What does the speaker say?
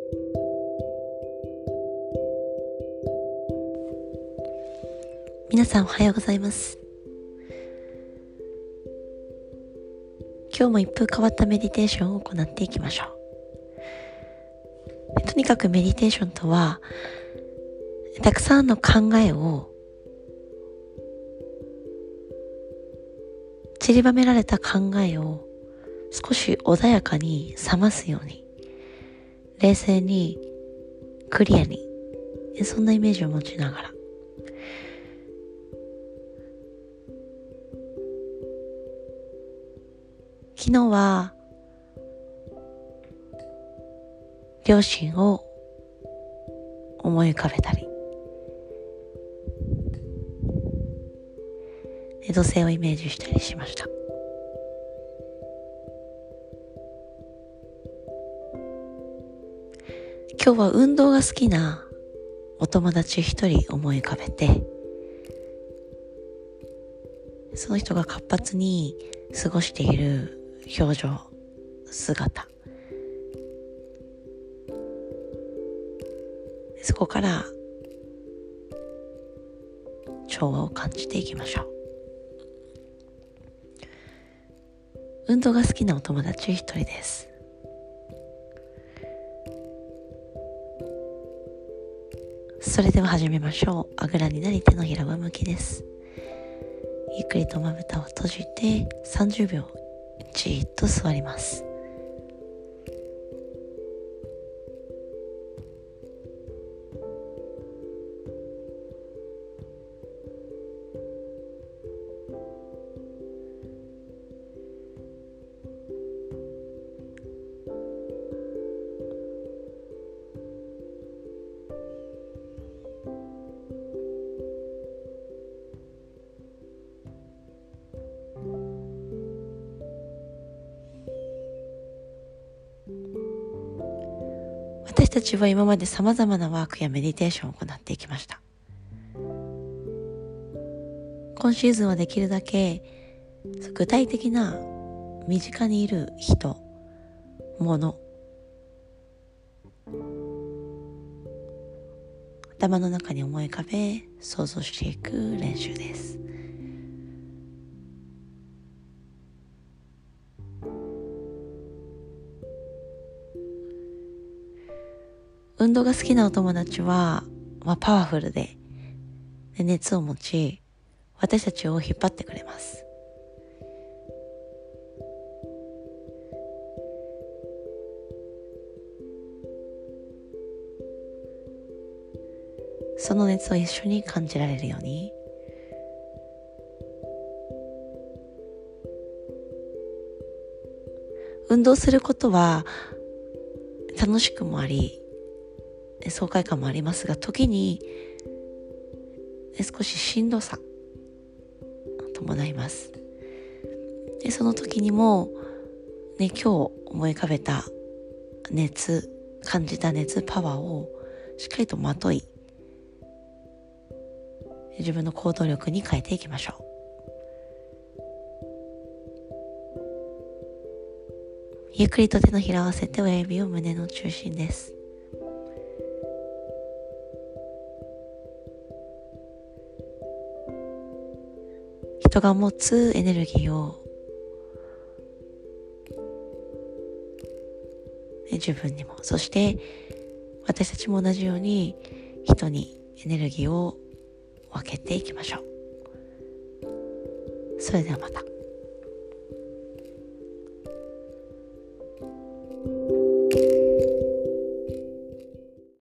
皆さんおはようございます。今日も一風変わったメディテーションを行っていきましょう。とにかくメディテーションとは、たくさんの考えを散りばめられた考えを少し穏やかに冷ますように、冷静にクリアに、そんなイメージを持ちながら、昨日は両親を思い浮かべたり、土星をイメージしたりしました。今日は運動が好きなお友達一人思い浮かべて、その人が活発に過ごしている表情、姿、そこから調和を感じていきましょう。運動が好きなお友達一人です。それでは始めましょう。あぐらになり手のひらは向きです。ゆっくりとまぶたを閉じて30秒じーっと座ります。私たちは今まで様々なワークやメディテーションを行っていきました。今シーズンはできるだけ具体的な身近にいる人、物、頭の中に思い浮かべ想像していく練習です。運動が好きなお友達は、パワフルで熱を持ち、私たちを引っ張ってくれます。その熱を一緒に感じられるように、運動することは楽しくもあり、爽快感もありますが、時に少ししんどさ伴います。でその時にも、今日思い浮かべた熱、感じた熱、パワーをしっかりとまとい、自分の行動力に変えていきましょう。ゆっくりと手のひらを合わせて親指を胸の中心です。人が持つエネルギーを自分にも、そして私たちも同じように人にエネルギーを分けていきましょう。それではまた。